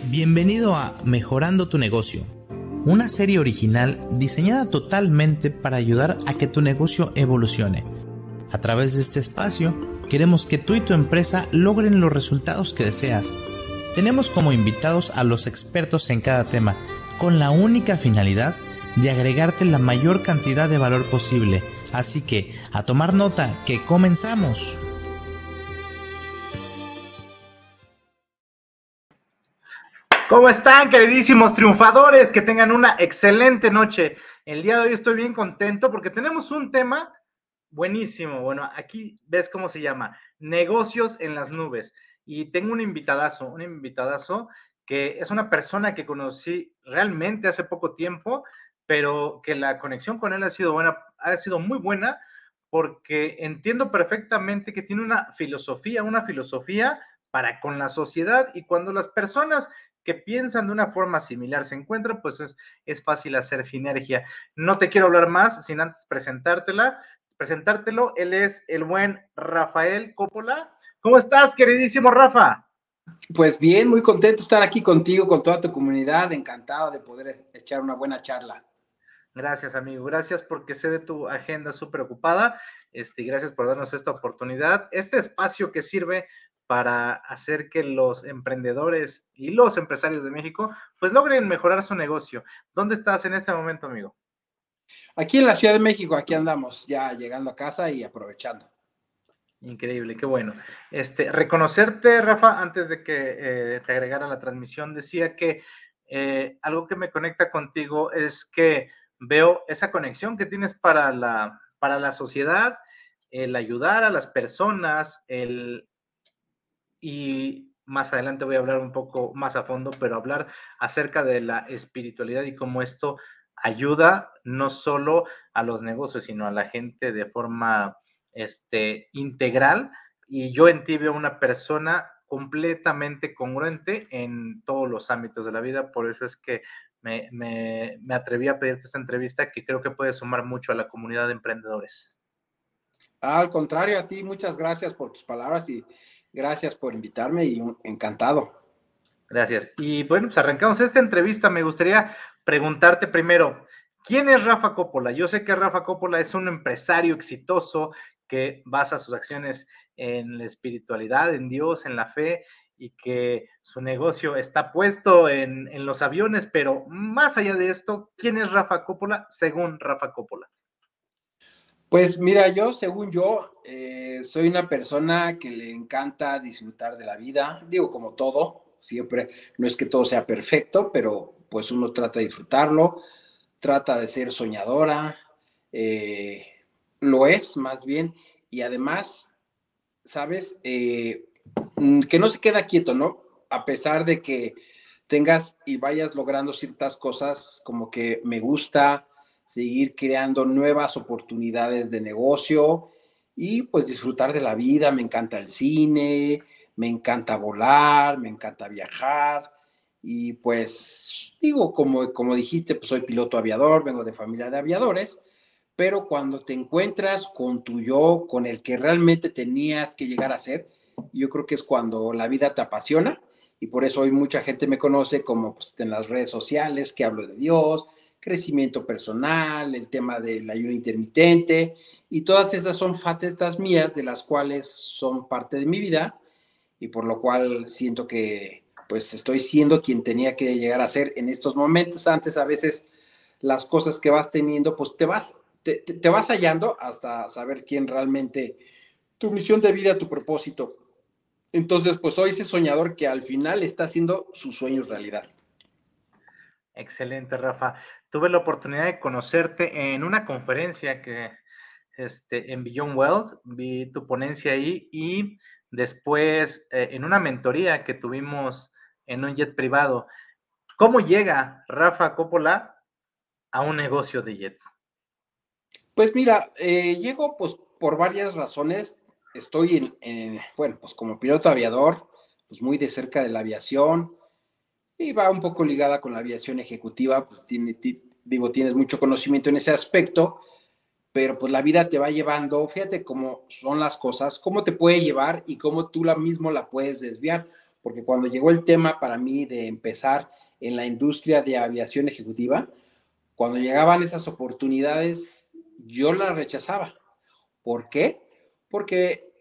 Bienvenido a Mejorando tu negocio, una serie original diseñada totalmente para ayudar a que tu negocio evolucione. A través de este espacio, queremos que tú y tu empresa logren los resultados que deseas. Tenemos como invitados a los expertos en cada tema, con la única finalidad de agregarte la mayor cantidad de valor posible. Así que, a tomar nota, que comenzamos. ¿Cómo están, queridísimos triunfadores? Que tengan una excelente noche. El día de hoy estoy bien contento porque tenemos un tema buenísimo. Bueno, aquí ves cómo se llama, negocios en las nubes. Y tengo un invitadazo que es una persona que conocí realmente hace poco tiempo, pero que la conexión con él ha sido buena, ha sido muy buena, porque entiendo perfectamente que tiene una filosofía para con la sociedad, y cuando las personas que piensan de una forma similar se encuentran, pues es fácil hacer sinergia. No te quiero hablar más sin antes presentártelo. Él es el buen Rafael Coppola. ¿Cómo estás, queridísimo Rafa? Pues bien, muy contento de estar aquí contigo, con toda tu comunidad, encantado de poder echar una buena charla. Gracias, amigo, gracias porque sé de tu agenda súper ocupada, y gracias por darnos esta oportunidad, este espacio que sirve para hacer que los emprendedores y los empresarios de México pues logren mejorar su negocio. ¿Dónde estás en este momento, amigo? Aquí en la Ciudad de México, aquí andamos, ya llegando a casa y aprovechando. Increíble, qué bueno. Reconocerte, Rafa, antes de que te agregara la transmisión, decía que algo que me conecta contigo es que veo esa conexión que tienes para la sociedad, el ayudar a las personas, y más adelante voy a hablar un poco más a fondo, pero hablar acerca de la espiritualidad y cómo esto ayuda no solo a los negocios, sino a la gente de forma integral. Y yo en ti veo una persona completamente congruente en todos los ámbitos de la vida, por eso es que me atreví a pedirte esta entrevista, que creo que puede sumar mucho a la comunidad de emprendedores. Al contrario, a ti, muchas gracias por tus palabras y gracias por invitarme y encantado. Gracias. Y bueno, pues arrancamos esta entrevista. Me gustaría preguntarte primero, ¿quién es Rafa Coppola? Yo sé que Rafa Coppola es un empresario exitoso que basa sus acciones en la espiritualidad, en Dios, en la fe, y que su negocio está puesto en los aviones, pero más allá de esto, ¿quién es Rafa Coppola según Rafa Coppola? Pues mira, según yo, soy una persona que le encanta disfrutar de la vida, digo, como todo, siempre, no es que todo sea perfecto, pero pues uno trata de disfrutarlo, trata de ser soñadora, lo es más bien, y además, ¿sabes? Que no se queda quieto, ¿no? A pesar de que tengas y vayas logrando ciertas cosas, como que me gusta seguir creando nuevas oportunidades de negocio y pues disfrutar de la vida. Me encanta el cine, me encanta volar, me encanta viajar y pues digo, como dijiste, pues soy piloto aviador, vengo de familia de aviadores, pero cuando te encuentras con tu yo, con el que realmente tenías que llegar a ser, yo creo que es cuando la vida te apasiona. Y por eso hoy mucha gente me conoce como pues, en las redes sociales, que hablo de Dios, crecimiento personal, el tema del ayuno intermitente, y todas esas son facetas mías de las cuales son parte de mi vida, y por lo cual siento que pues estoy siendo quien tenía que llegar a ser en estos momentos. Antes a veces las cosas que vas teniendo, pues te vas hallando hasta saber quién realmente, tu misión de vida, tu propósito. Entonces, pues soy ese soñador que al final está haciendo sus sueños realidad. Excelente, Rafa. Tuve la oportunidad de conocerte en una conferencia que en Beyond Wealth, vi tu ponencia ahí, y después en una mentoría que tuvimos en un jet privado. ¿Cómo llega Rafa Coppola a un negocio de jets? Pues mira, llego pues por varias razones. Estoy bueno, pues como piloto aviador, pues muy de cerca de la aviación, y va un poco ligada con la aviación ejecutiva, pues tienes mucho conocimiento en ese aspecto, pero pues la vida te va llevando, fíjate cómo son las cosas, cómo te puede llevar y cómo tú mismo la puedes desviar, porque cuando llegó el tema para mí de empezar en la industria de aviación ejecutiva, cuando llegaban esas oportunidades, yo las rechazaba. ¿Por qué? Porque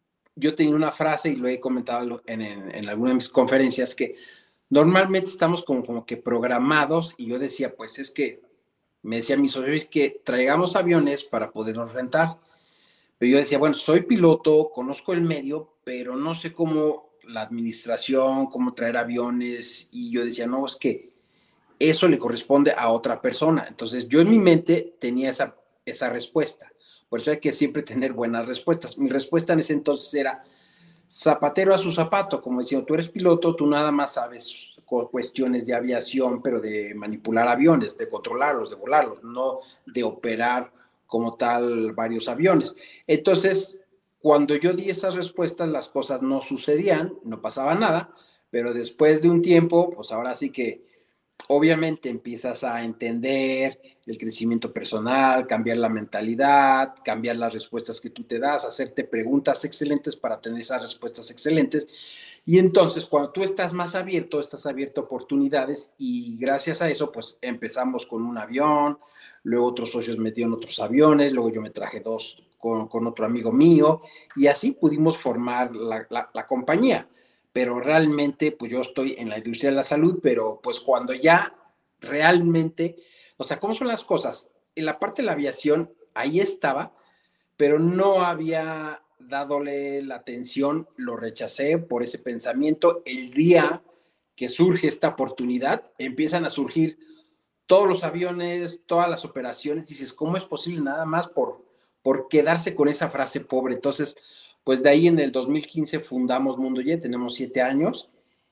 yo tenía una frase, y lo he comentado en alguna de mis conferencias, que normalmente estamos como que programados, y yo decía, pues es que, me decía mi socio, es que traigamos aviones para podernos rentar. Pero yo decía, bueno, soy piloto, conozco el medio, pero no sé cómo la administración, cómo traer aviones, y yo decía, no, es que eso le corresponde a otra persona. Entonces yo en mi mente tenía esa respuesta. Por eso hay que siempre tener buenas respuestas. Mi respuesta en ese entonces era zapatero a su zapato, como diciendo, tú eres piloto, tú nada más sabes cuestiones de aviación, pero de manipular aviones, de controlarlos, de volarlos, no de operar como tal varios aviones. Entonces, cuando yo di esas respuestas, las cosas no sucedían, no pasaba nada, pero después de un tiempo, pues ahora sí que obviamente empiezas a entender el crecimiento personal, cambiar la mentalidad, cambiar las respuestas que tú te das, hacerte preguntas excelentes para tener esas respuestas excelentes. Y entonces, cuando tú estás más abierto, estás abierto a oportunidades, y gracias a eso, pues empezamos con un avión, luego otros socios metieron otros aviones, luego yo me traje dos con otro amigo mío, y así pudimos formar la compañía. Pero realmente, pues yo estoy en la industria de la salud, pero pues cuando ya realmente, o sea, ¿cómo son las cosas? En la parte de la aviación, ahí estaba, pero no había dadole la atención, lo rechacé por ese pensamiento. El día que surge esta oportunidad, empiezan a surgir todos los aviones, todas las operaciones, dices, ¿cómo es posible nada más por quedarse con esa frase pobre? Entonces, pues de ahí en el 2015 fundamos Mundo Y, tenemos 7 años,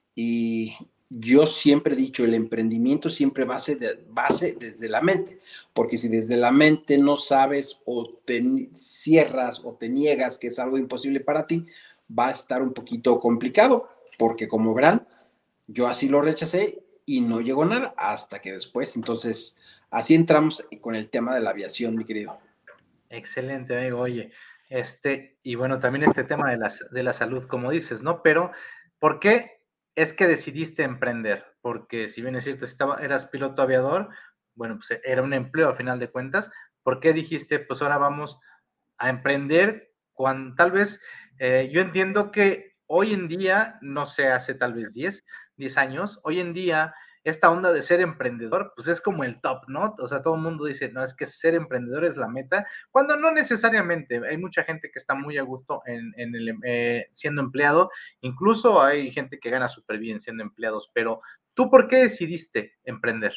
y yo siempre he dicho, el emprendimiento siempre base desde la mente, porque si desde la mente no sabes o te cierras o te niegas que es algo imposible para ti, va a estar un poquito complicado, porque como verán, yo así lo rechacé y no llegó nada hasta que después. Entonces, así entramos con el tema de la aviación, mi querido. Excelente, amigo. Oye, y bueno, también este tema de la salud, como dices, ¿no? Pero, ¿por qué es que decidiste emprender? Porque si bien es cierto, eras piloto aviador, bueno, pues era un empleo a final de cuentas. ¿Por qué dijiste, pues ahora vamos a emprender cuando tal vez, yo entiendo que hoy en día, no sé, hace tal vez 10 años, hoy en día esta onda de ser emprendedor, pues es como el top, ¿no? O sea, todo el mundo dice, no, es que ser emprendedor es la meta, cuando no necesariamente. Hay mucha gente que está muy a gusto siendo empleado, incluso hay gente que gana súper bien siendo empleados, pero ¿tú por qué decidiste emprender?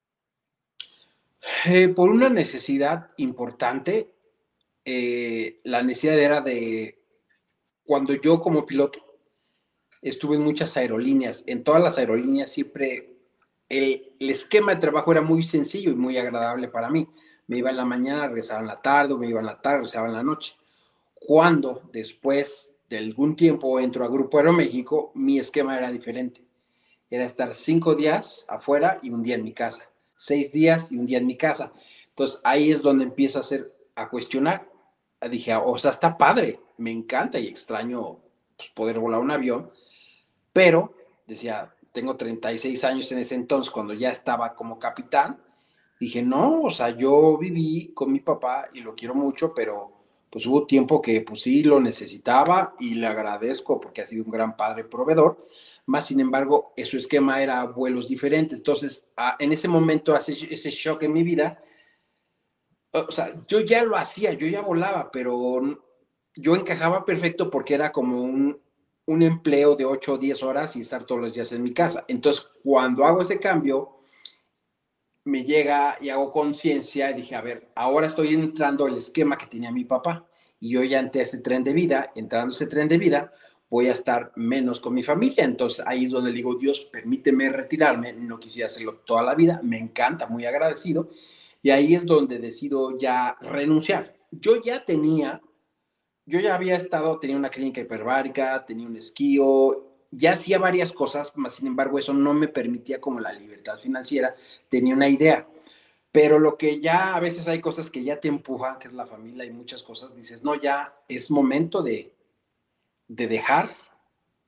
Por una necesidad importante, la necesidad era de, cuando yo como piloto estuve en muchas aerolíneas, en todas las aerolíneas siempre el esquema de trabajo era muy sencillo y muy agradable para mí. Me iba en la mañana, regresaba en la tarde, o me iba en la tarde, regresaba en la noche. Cuando después de algún tiempo entro a Grupo Aeroméxico, mi esquema era diferente. Era estar 5 días afuera y un día en mi casa. 6 días y un día en mi casa. Entonces ahí es donde empiezo a cuestionar. Dije, o sea, está padre, me encanta y extraño pues, poder volar un avión, pero decía, tengo 36 años en ese entonces, cuando ya estaba como capitán, dije, no, o sea, yo viví con mi papá y lo quiero mucho, pero pues hubo tiempo que pues sí lo necesitaba y le agradezco porque ha sido un gran padre proveedor, más sin embargo, su esquema era vuelos diferentes. Entonces, en ese momento, hace ese shock en mi vida, o sea, yo ya lo hacía, yo ya volaba, pero yo encajaba perfecto porque era como un empleo de 8 o 10 horas y estar todos los días en mi casa. Entonces, cuando hago ese cambio, me llega y hago conciencia y dije, a ver, ahora estoy entrando al esquema que tenía mi papá, y yo ya entré a ese tren de vida, entrando a ese tren de vida, voy a estar menos con mi familia. Entonces ahí es donde le digo, Dios, permíteme retirarme, no quisiera hacerlo toda la vida, me encanta, muy agradecido, y ahí es donde decido ya renunciar. Yo ya había tenía una clínica hiperbárica, tenía un esquío, ya hacía varias cosas, mas sin embargo eso no me permitía como la libertad financiera, tenía una idea. Pero lo que ya a veces hay cosas que ya te empujan, que es la familia y muchas cosas, dices, no, ya es momento de dejar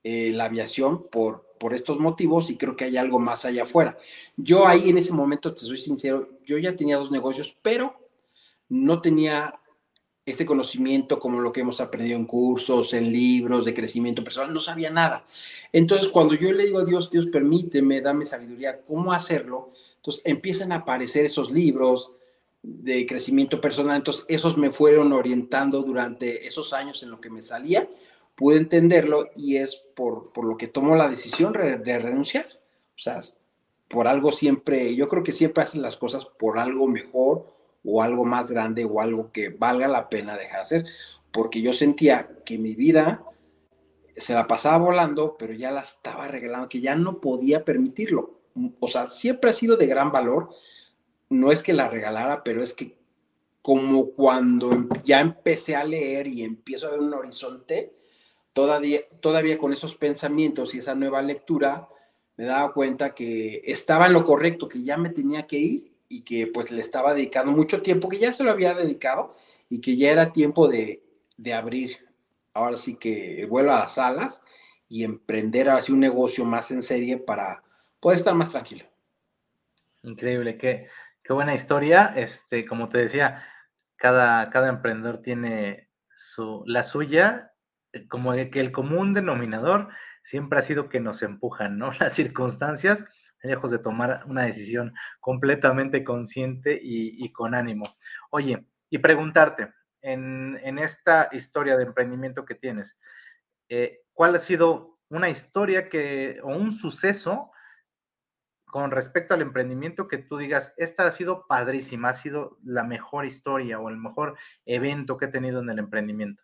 la aviación por estos motivos y creo que hay algo más allá afuera. Yo ahí en ese momento, te soy sincero, yo ya tenía 2 negocios, pero no tenía ese conocimiento como lo que hemos aprendido en cursos, en libros de crecimiento personal, no sabía nada. Entonces, cuando yo le digo a Dios, Dios, permíteme, dame sabiduría, ¿cómo hacerlo? Entonces, empiezan a aparecer esos libros de crecimiento personal, entonces esos me fueron orientando durante esos años en lo que me salía, pude entenderlo y es por lo que tomo la decisión de renunciar. O sea, por algo siempre, yo creo que siempre hacen las cosas por algo mejor o algo más grande o algo que valga la pena dejar de hacer, porque yo sentía que mi vida se la pasaba volando, pero ya la estaba regalando, que ya no podía permitirlo. O sea, siempre ha sido de gran valor, no es que la regalara, pero es que como cuando ya empecé a leer y empiezo a ver un horizonte, todavía con esos pensamientos y esa nueva lectura, me daba cuenta que estaba en lo correcto, que ya me tenía que ir y que pues le estaba dedicando mucho tiempo, que ya se lo había dedicado y que ya era tiempo de abrir, ahora sí que vuelo a las alas y emprender así un negocio más en serie para poder estar más tranquilo. Increíble, qué buena historia. Como te decía, cada emprendedor tiene la suya, como que el común denominador siempre ha sido que nos empujan, ¿no? Las circunstancias, lejos de tomar una decisión completamente consciente y con ánimo. Oye, y preguntarte, en esta historia de emprendimiento que tienes, ¿cuál ha sido una historia o un suceso con respecto al emprendimiento que tú digas, esta ha sido padrísima, ha sido la mejor historia o el mejor evento que he tenido en el emprendimiento?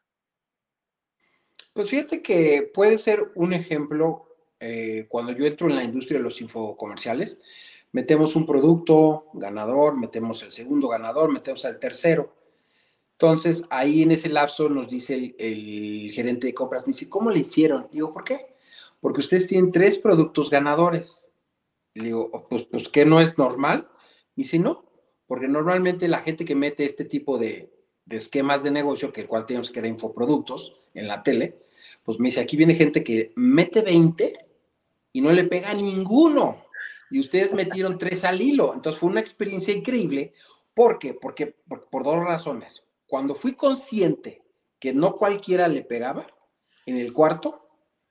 Pues fíjate que puede ser un ejemplo cuando yo entro en la industria de los infocomerciales, metemos un producto ganador, metemos el segundo ganador, metemos al tercero. Entonces, ahí en ese lapso nos dice el gerente de compras, me dice, ¿cómo le hicieron? Digo, ¿por qué? Porque ustedes tienen 3 productos ganadores. Le digo, pues ¿qué no es normal? Y si no, porque normalmente la gente que mete este tipo de esquemas de negocio, que el cual tenemos que era infoproductos en la tele, pues me dice, aquí viene gente que mete 20 y no le pega a ninguno. Y ustedes metieron 3 al hilo. Entonces fue una experiencia increíble. ¿Por qué? Porque por 2 razones. Cuando fui consciente que no cualquiera le pegaba, en el cuarto,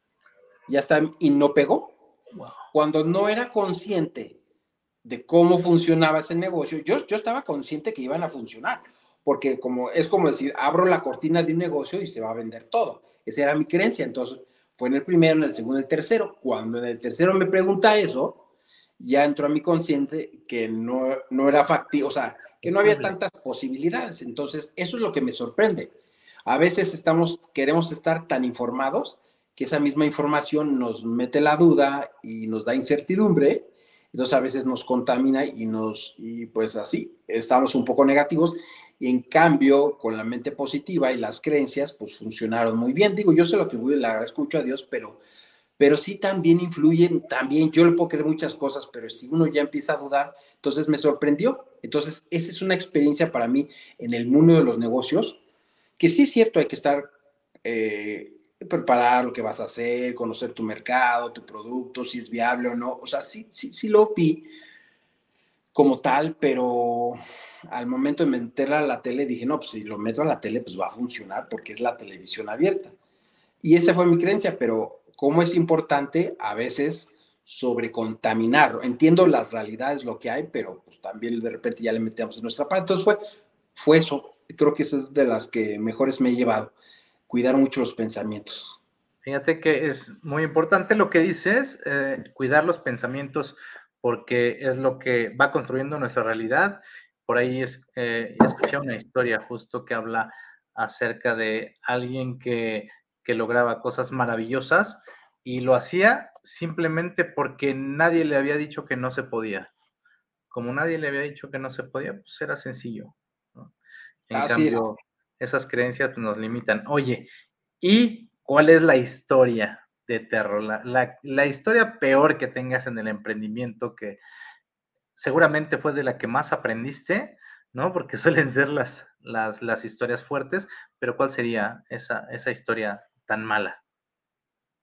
ya está, y no pegó. Wow. Cuando no era consciente de cómo funcionaba ese negocio, yo estaba consciente que iban a funcionar, porque es como decir, abro la cortina de un negocio y se va a vender todo. Esa era mi creencia. Entonces, fue en el primero, en el segundo, en el tercero. Cuando en el tercero me pregunta eso, ya entró a mi consciente que no era factible, o sea, que no había tantas posibilidades. Entonces, eso es lo que me sorprende. A veces queremos estar tan informados que esa misma información nos mete la duda y nos da incertidumbre. Entonces a veces nos contamina y pues así estamos un poco negativos. Y en cambio, con la mente positiva y las creencias, pues funcionaron muy bien. Digo, yo se lo atribuyo, le agradezco mucho a Dios, pero sí también influyen, también yo le puedo creer muchas cosas, pero si uno ya empieza a dudar, entonces me sorprendió. Entonces, esa es una experiencia para mí en el mundo de los negocios, que sí es cierto, hay que estar, preparar lo que vas a hacer, conocer tu mercado, tu producto, si es viable o no. O sea, sí lo vi como tal, pero al momento de meterla a la tele dije, no, pues si lo meto a la tele, pues va a funcionar porque es la televisión abierta. Y esa fue mi creencia, pero cómo es importante a veces sobrecontaminar. Entiendo las realidades, lo que hay, pero pues también de repente ya le metemos en nuestra parte. Entonces fue eso. Creo que es de las que mejores me he llevado. Cuidar mucho los pensamientos. Fíjate que es muy importante lo que dices, cuidar los pensamientos porque es lo que va construyendo nuestra realidad. Por ahí escuché una historia justo que habla acerca de alguien que lograba cosas maravillosas y lo hacía simplemente porque nadie le había dicho que no se podía. Como nadie le había dicho que no se podía, pues era sencillo, ¿no? En Así es. cambio, esas creencias nos limitan. Oye, ¿y cuál es la historia de terror? La historia peor que tengas en el emprendimiento que seguramente fue de la que más aprendiste, ¿no? Porque suelen ser las historias fuertes, pero ¿cuál sería esa historia tan mala?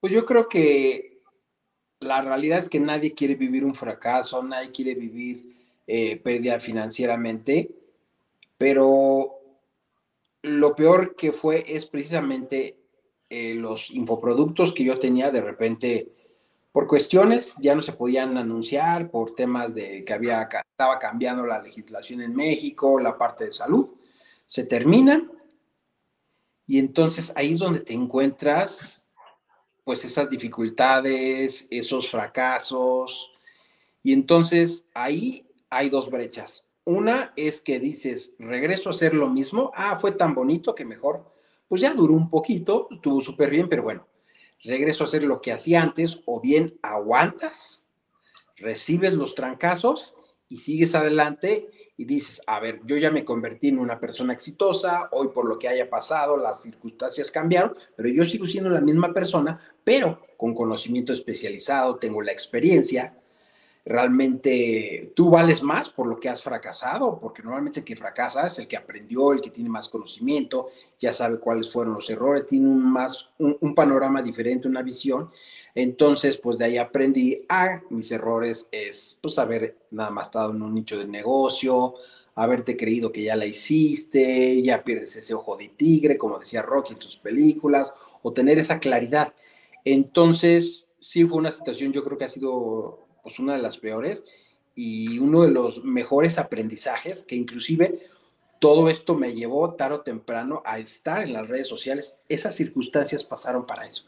Pues yo creo que la realidad es que nadie quiere vivir un fracaso, nadie quiere vivir pérdida financieramente, pero lo peor que fue es precisamente los infoproductos que yo tenía de repente, por cuestiones, ya no se podían anunciar, por temas de que estaba cambiando la legislación en México, la parte de salud, se terminan y entonces ahí es donde te encuentras pues esas dificultades, esos fracasos, y entonces ahí hay dos brechas. Una es que dices, regreso a hacer lo mismo, fue tan bonito que mejor, pues ya duró un poquito, estuvo súper bien, pero bueno, regreso a hacer lo que hacía antes, o bien aguantas, recibes los trancazos y sigues adelante y dices, a ver, yo ya me convertí en una persona exitosa, hoy por lo que haya pasado, las circunstancias cambiaron, pero yo sigo siendo la misma persona, pero con conocimiento especializado, tengo la experiencia. Realmente tú vales más por lo que has fracasado, porque normalmente el que fracasa es el que aprendió, el que tiene más conocimiento, ya sabe cuáles fueron los errores, tiene un panorama diferente, una visión. Entonces, pues de ahí aprendí mis errores es pues haber nada más estado en un nicho de negocio, haberte creído que ya la hiciste, ya pierdes ese ojo de tigre, como decía Rocky en sus películas, o tener esa claridad. Entonces, sí fue una situación, yo creo que ha sido pues una de las peores y uno de los mejores aprendizajes que inclusive todo esto me llevó tarde o temprano a estar en las redes sociales. Esas circunstancias pasaron para eso.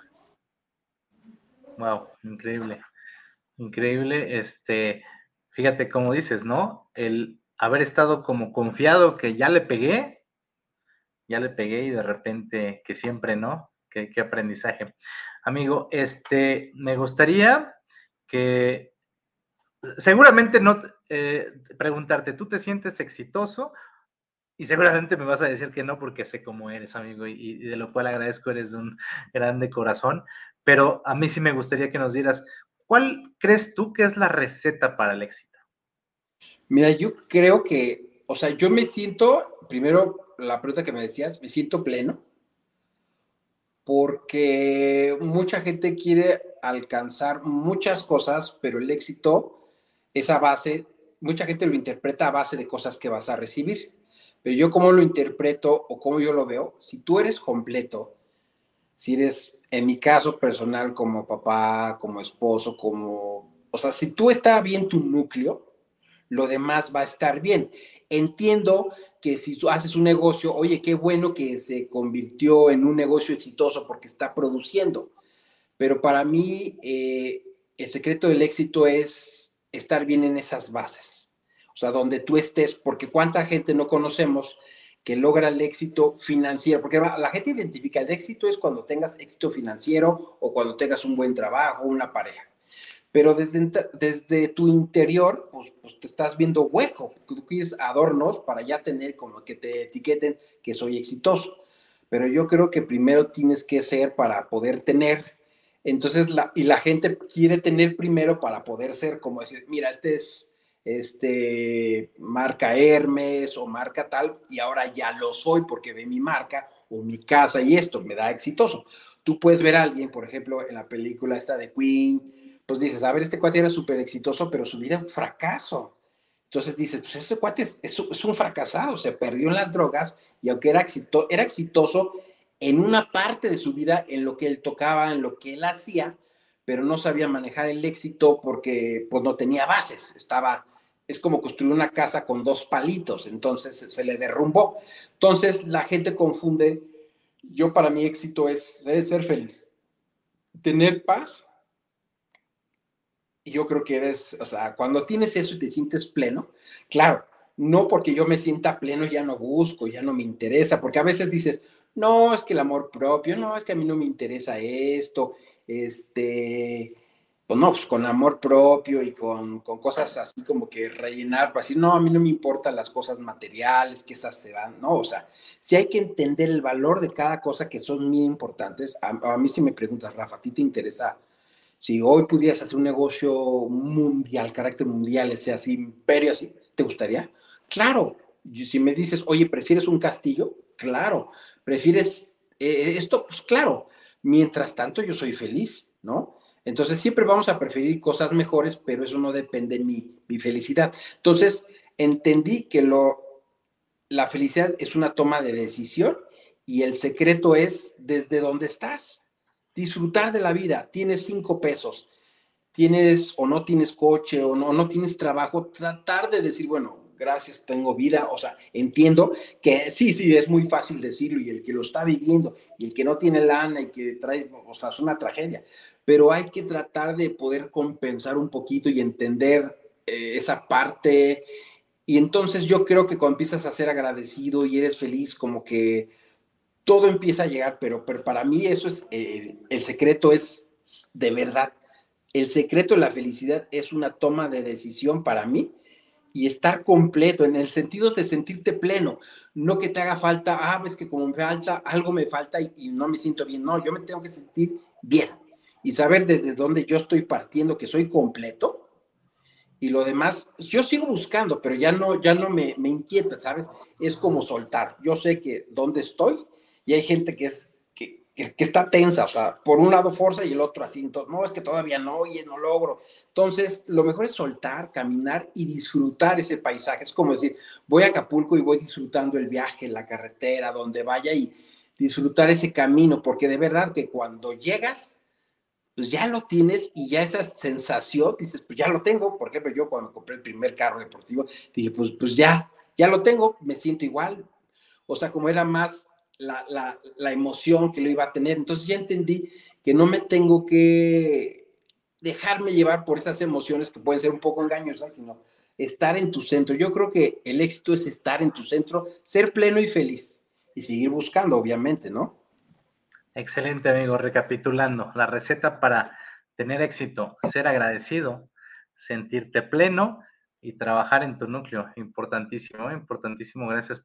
Wow, increíble, increíble. Fíjate cómo dices, ¿no? El haber estado como confiado que ya le pegué y de repente que siempre no. Qué aprendizaje. Amigo, me gustaría que seguramente no preguntarte, ¿tú te sientes exitoso? Y seguramente me vas a decir que no porque sé cómo eres, amigo, y de lo cual agradezco, eres de un grande corazón, pero a mí sí me gustaría que nos dieras, ¿cuál crees tú que es la receta para el éxito? Mira, yo creo que, o sea, yo me siento, primero la pregunta que me decías, me siento pleno porque mucha gente quiere alcanzar muchas cosas, pero el éxito es a base, mucha gente lo interpreta a base de cosas que vas a recibir. Pero yo cómo lo interpreto o cómo yo lo veo, si tú eres completo, si eres, en mi caso personal, como papá, como esposo, o sea, si tú está bien tu núcleo, lo demás va a estar bien. Entiendo que si tú haces un negocio, oye, qué bueno que se convirtió en un negocio exitoso porque está produciendo, pero para mí el secreto del éxito es estar bien en esas bases, o sea, donde tú estés, porque cuánta gente no conocemos que logra el éxito financiero, porque la gente identifica el éxito es cuando tengas éxito financiero o cuando tengas un buen trabajo, una pareja, pero desde tu interior, pues te estás viendo hueco, tú quieres adornos para ya tener como que te etiqueten que soy exitoso, pero yo creo que primero tienes que ser para poder tener, entonces la gente quiere tener primero para poder ser, como decir, mira, marca Hermes o marca tal, y ahora ya lo soy porque ve mi marca o mi casa y esto me da exitoso. Tú puedes ver a alguien, por ejemplo, en la película esta de Queen, pues dices, a ver, este cuate era súper exitoso, pero su vida es un fracaso. Entonces dices, pues ese cuate es un fracasado, se perdió en las drogas y aunque era exitoso en una parte de su vida, en lo que él tocaba, en lo que él hacía, pero no sabía manejar el éxito porque pues no tenía bases, es como construir una casa con dos palitos, entonces se le derrumbó. Entonces la gente confunde, yo para mí éxito es ser feliz, tener paz. Y yo creo que o sea, cuando tienes eso y te sientes pleno, claro, no porque yo me sienta pleno ya no busco, ya no me interesa, porque a veces dices, no, es que el amor propio, no, es que a mí no me interesa esto, pues no, pues con amor propio y con cosas así como que rellenar, para decir, no, a mí no me importan las cosas materiales, que esas se van, no, o sea, sí hay que entender el valor de cada cosa que son muy importantes. A mí si me preguntas, Rafa, ¿a ti te interesa? Si hoy pudieras hacer un negocio mundial, carácter mundial, ese así, imperio así, ¿te gustaría? Claro. Si me dices, oye, ¿prefieres un castillo? Claro. ¿Prefieres esto? Pues claro. Mientras tanto, yo soy feliz. ¿no? Entonces siempre vamos a preferir cosas mejores, pero eso no depende de mi felicidad. Entonces entendí que la felicidad es una toma de decisión y el secreto es desde donde estás. Disfrutar de la vida. Tienes 5 pesos, tienes o no tienes coche o no tienes trabajo, tratar de decir, bueno, gracias, tengo vida. O sea, entiendo que sí, es muy fácil decirlo y el que lo está viviendo y el que no tiene lana y que trae, o sea, es una tragedia, pero hay que tratar de poder compensar un poquito y entender esa parte. Y entonces yo creo que cuando empiezas a ser agradecido y eres feliz, como que todo empieza a llegar, pero para mí eso es, el secreto es de verdad. El secreto de la felicidad es una toma de decisión para mí y estar completo, en el sentido de sentirte pleno, no que te haga falta, ves que como me falta, algo me falta y no me siento bien. No, yo me tengo que sentir bien y saber desde dónde yo estoy partiendo, que soy completo. Y lo demás, yo sigo buscando, pero ya no me inquieta, ¿sabes? Es como soltar. Yo sé que dónde estoy y hay gente que está tensa, o sea, por un lado fuerza y el otro así. Entonces, no, es que todavía no, oye, no logro. Entonces, lo mejor es soltar, caminar y disfrutar ese paisaje. Es como decir, voy a Acapulco y voy disfrutando el viaje, la carretera, donde vaya y disfrutar ese camino, porque de verdad que cuando llegas, pues ya lo tienes y ya esa sensación, dices, pues ya lo tengo. Por ejemplo, yo cuando compré el primer carro deportivo, dije, pues ya lo tengo, me siento igual. O sea, como era más la emoción que lo iba a tener. Entonces ya entendí que no me tengo que dejarme llevar por esas emociones que pueden ser un poco engañosas, sino estar en tu centro. Yo creo que el éxito es estar en tu centro, ser pleno y feliz y seguir buscando, obviamente, ¿no? Excelente, amigo. Recapitulando, la receta para tener éxito: ser agradecido, sentirte pleno y trabajar en tu núcleo. Importantísimo, importantísimo. Gracias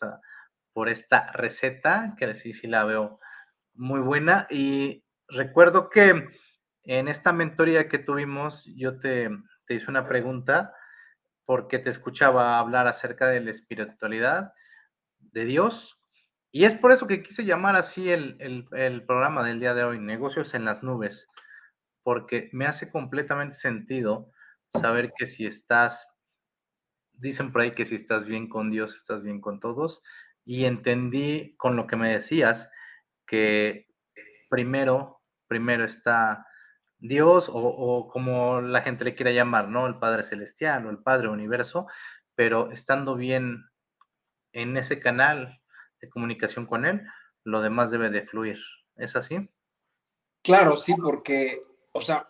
por esta receta, que sí la veo muy buena. Y recuerdo que en esta mentoría que tuvimos, yo te hice una pregunta porque te escuchaba hablar acerca de la espiritualidad de Dios. Y es por eso que quise llamar así el programa del día de hoy, Negocios en las Nubes, porque me hace completamente sentido saber que si estás, dicen por ahí que si estás bien con Dios, estás bien con todos. Y entendí con lo que me decías que primero está Dios o como la gente le quiera llamar, ¿no? El Padre Celestial o el Padre Universo, pero estando bien en ese canal de comunicación con él, lo demás debe de fluir. ¿Es así? Claro, sí, porque, o sea,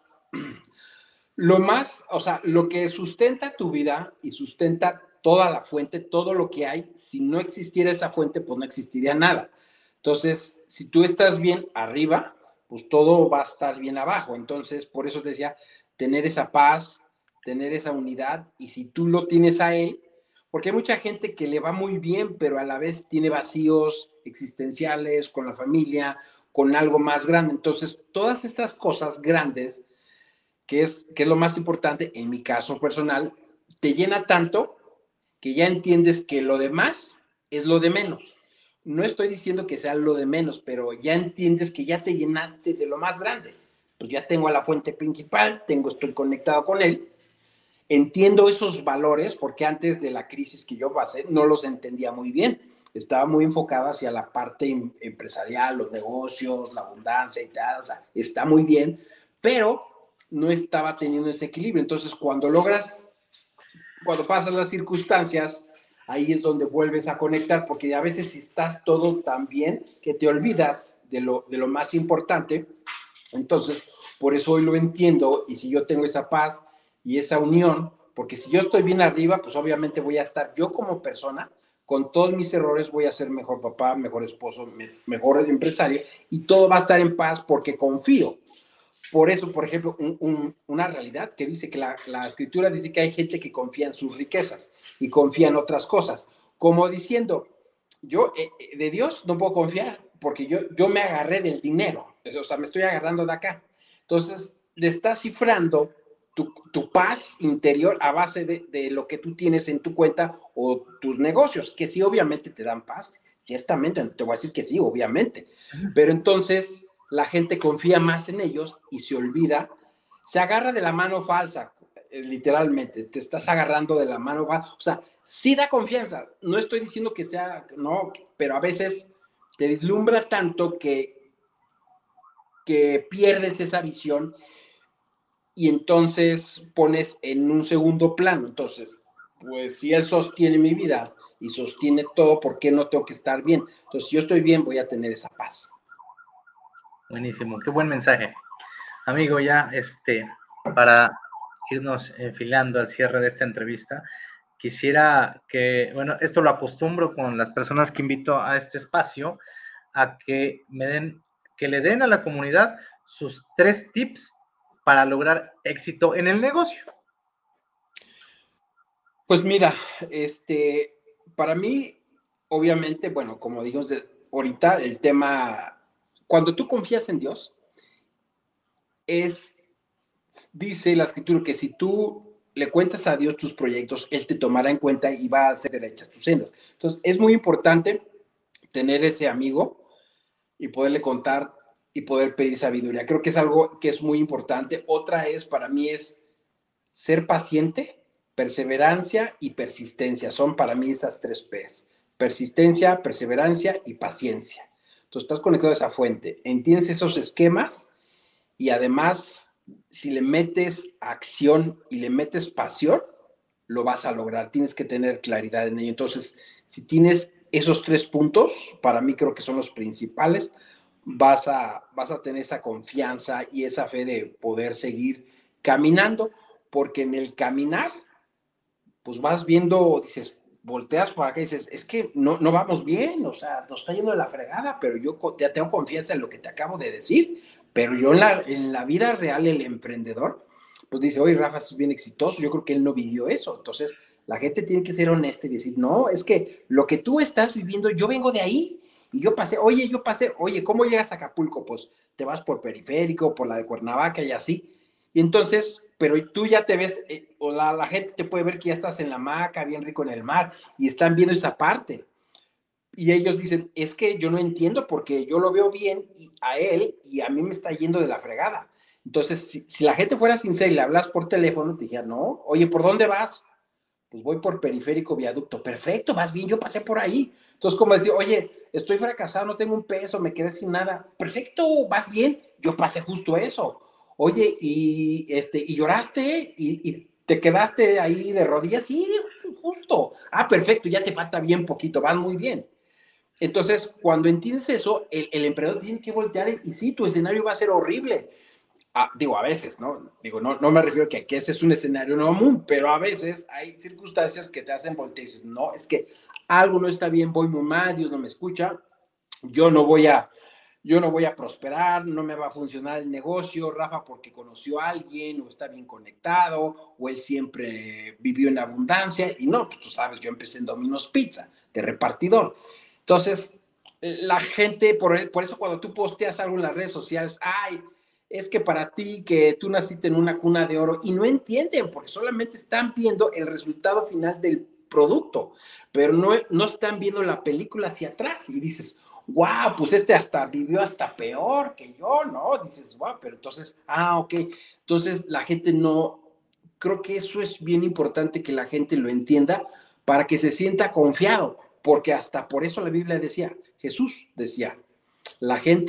lo que sustenta tu vida y sustenta toda la fuente, todo lo que hay, si no existiera esa fuente, pues no existiría nada. Entonces, si tú estás bien arriba, pues todo va a estar bien abajo. Entonces, por eso te decía, tener esa paz, tener esa unidad, y si tú lo tienes a él, porque hay mucha gente que le va muy bien, pero a la vez tiene vacíos existenciales con la familia, con algo más grande. Entonces, todas estas cosas grandes que es lo más importante, en mi caso personal, te llena tanto que ya entiendes que lo demás es lo de menos. No estoy diciendo que sea lo de menos, pero ya entiendes que ya te llenaste de lo más grande. Pues ya tengo a la fuente principal, estoy conectado con él, entiendo esos valores, porque antes de la crisis que yo pasé no los entendía muy bien. Estaba muy enfocada hacia la parte empresarial, los negocios, la abundancia y tal. O sea, está muy bien, pero no estaba teniendo ese equilibrio. Entonces, cuando pasas las circunstancias, ahí es donde vuelves a conectar, porque a veces estás todo tan bien que te olvidas de lo más importante. Entonces, por eso hoy lo entiendo, y si yo tengo esa paz y esa unión, porque si yo estoy bien arriba, pues obviamente voy a estar yo como persona, con todos mis errores voy a ser mejor papá, mejor esposo, mejor empresario, y todo va a estar en paz porque confío. Por eso, por ejemplo, una realidad que dice que la escritura dice que hay gente que confía en sus riquezas y confía en otras cosas, como diciendo, yo de Dios no puedo confiar porque yo me agarré del dinero, o sea, me estoy agarrando de acá. Entonces, le estás cifrando tu paz interior a base de lo que tú tienes en tu cuenta o tus negocios, que sí, obviamente te dan paz, ciertamente, te voy a decir que sí, obviamente, pero entonces la gente confía más en ellos y se olvida, se agarra de la mano falsa, literalmente, te estás agarrando de la mano falsa. O sea, sí da confianza, no estoy diciendo que sea, no, pero a veces te deslumbra tanto que pierdes esa visión y entonces pones en un segundo plano. Entonces, pues si él sostiene mi vida y sostiene todo, ¿por qué no tengo que estar bien? Entonces, si yo estoy bien, voy a tener esa paz. Buenísimo, qué buen mensaje. Amigo, ya para irnos enfilando al cierre de esta entrevista, quisiera que, bueno, esto lo acostumbro con las personas que invito a este espacio, a que que le den a la comunidad sus 3 tips para lograr éxito en el negocio. Pues mira, para mí, obviamente, bueno, como dijimos ahorita, el tema, cuando tú confías en Dios, dice la escritura que si tú le cuentas a Dios tus proyectos, Él te tomará en cuenta y va a hacer derechas tus sendas. Entonces, es muy importante tener ese amigo y poderle contar y poder pedir sabiduría. Creo que es algo que es muy importante. Otra para mí es ser paciente, perseverancia y persistencia. Son para mí esas 3 P's. Persistencia, perseverancia y paciencia. Entonces, estás conectado a esa fuente, entiendes esos esquemas y además, si le metes acción y le metes pasión, lo vas a lograr. Tienes que tener claridad en ello. Entonces, si tienes esos 3 puntos, para mí creo que son los principales, vas a tener esa confianza y esa fe de poder seguir caminando, porque en el caminar, pues vas viendo, dices, volteas para acá y dices, es que no vamos bien, o sea, nos está yendo de la fregada, pero yo ya tengo confianza en lo que te acabo de decir, pero yo en la vida real, el emprendedor, pues dice, oye, Rafa es bien exitoso, yo creo que él no vivió eso, entonces la gente tiene que ser honesta y decir, no, es que lo que tú estás viviendo, yo vengo de ahí, y yo pasé, oye, ¿cómo llegas a Acapulco? Pues te vas por Periférico, por la de Cuernavaca y así, y entonces, pero tú ya te ves, o la gente te puede ver que ya estás en la hamaca, bien rico en el mar, y están viendo esa parte. Y ellos dicen, es que yo no entiendo porque yo lo veo bien a él y a mí me está yendo de la fregada. Entonces, si la gente fuera sincera y le hablas por teléfono, te dijera, no, oye, ¿por dónde vas? Pues voy por Periférico Viaducto. Perfecto, vas bien, yo pasé por ahí. Entonces, como decir, oye, estoy fracasado, no tengo un peso, me quedé sin nada. Perfecto, vas bien, yo pasé justo eso. Oye, y lloraste y te quedaste ahí de rodillas, sí, justo. Ah, perfecto, ya te falta bien poquito, vas muy bien. Entonces, cuando entiendes eso, el emprendedor tiene que voltear y sí, tu escenario va a ser horrible. Digo, a veces, ¿no? Digo, no me refiero a que ese es un escenario no común, pero a veces hay circunstancias que te hacen voltear y dices, no, es que algo no está bien, voy muy mal, Dios no me escucha, yo no voy a prosperar, no me va a funcionar el negocio, Rafa porque conoció a alguien o está bien conectado o él siempre vivió en abundancia y no, pues tú sabes, yo empecé en Domino's Pizza, de repartidor. Entonces, la gente, por eso cuando tú posteas algo en las redes sociales, ay, es que para ti que tú naciste en una cuna de oro y no entienden porque solamente están viendo el resultado final del producto, pero no están viendo la película hacia atrás y dices, wow, pues hasta vivió hasta peor que yo, ¿no? Dices, wow, pero entonces, ok, entonces la gente no, creo que eso es bien importante que la gente lo entienda para que se sienta confiado, porque hasta por eso la Biblia decía, Jesús decía, la gente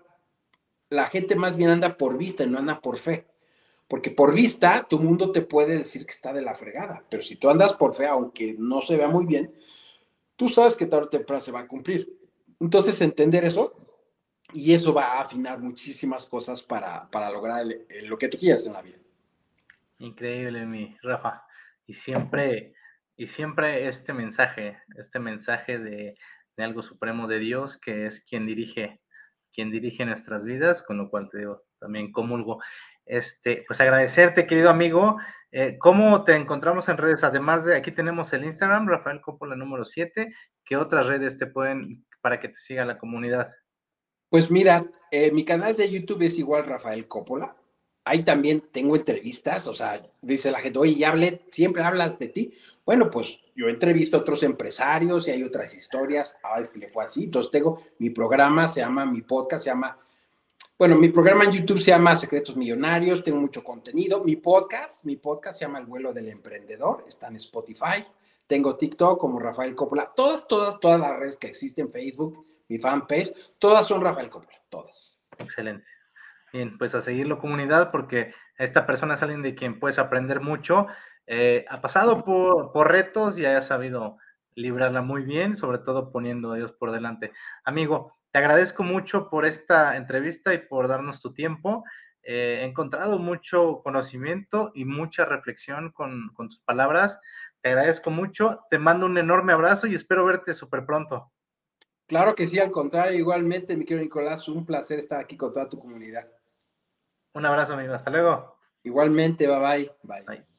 más bien anda por vista y no anda por fe. Porque por vista, tu mundo te puede decir que está de la fregada. Pero si tú andas por fe, aunque no se vea muy bien, tú sabes que tarde o temprano se va a cumplir. Entonces, entender eso, y eso va a afinar muchísimas cosas para lograr lo que tú quieras en la vida. Increíble, mi Rafa. Y siempre este mensaje de algo supremo de Dios, que es quien dirige nuestras vidas, con lo cual te digo, también comulgo. Pues agradecerte, querido amigo. ¿Cómo te encontramos en redes? Además de aquí tenemos el Instagram, Rafael Coppola número 7. ¿Qué otras redes te pueden para que te siga la comunidad? Pues mira, mi canal de YouTube es igual Rafael Coppola. Ahí también tengo entrevistas, o sea, dice la gente, oye, ya hablé, siempre hablas de ti. Bueno, pues yo entrevisto a otros empresarios y hay otras historias, a le fue así. Entonces tengo mi programa, mi podcast se llama Bueno, mi programa en YouTube se llama Secretos Millonarios, tengo mucho contenido. Mi podcast se llama El Vuelo del Emprendedor, está en Spotify. Tengo TikTok como Rafael Coppola. Todas las redes que existen, Facebook, mi fanpage, todas son Rafael Coppola, todas. Excelente. Bien, pues a seguirlo, comunidad, porque esta persona es alguien de quien puedes aprender mucho. Ha pasado por retos y ha sabido librarla muy bien, sobre todo poniendo a Dios por delante. Amigo, te agradezco mucho por esta entrevista y por darnos tu tiempo. He encontrado mucho conocimiento y mucha reflexión con tus palabras. Te agradezco mucho, te mando un enorme abrazo y espero verte súper pronto. Claro que sí, al contrario, igualmente, mi querido Nicolás, un placer estar aquí con toda tu comunidad. Un abrazo, amigo. Hasta luego. Igualmente, bye. Bye.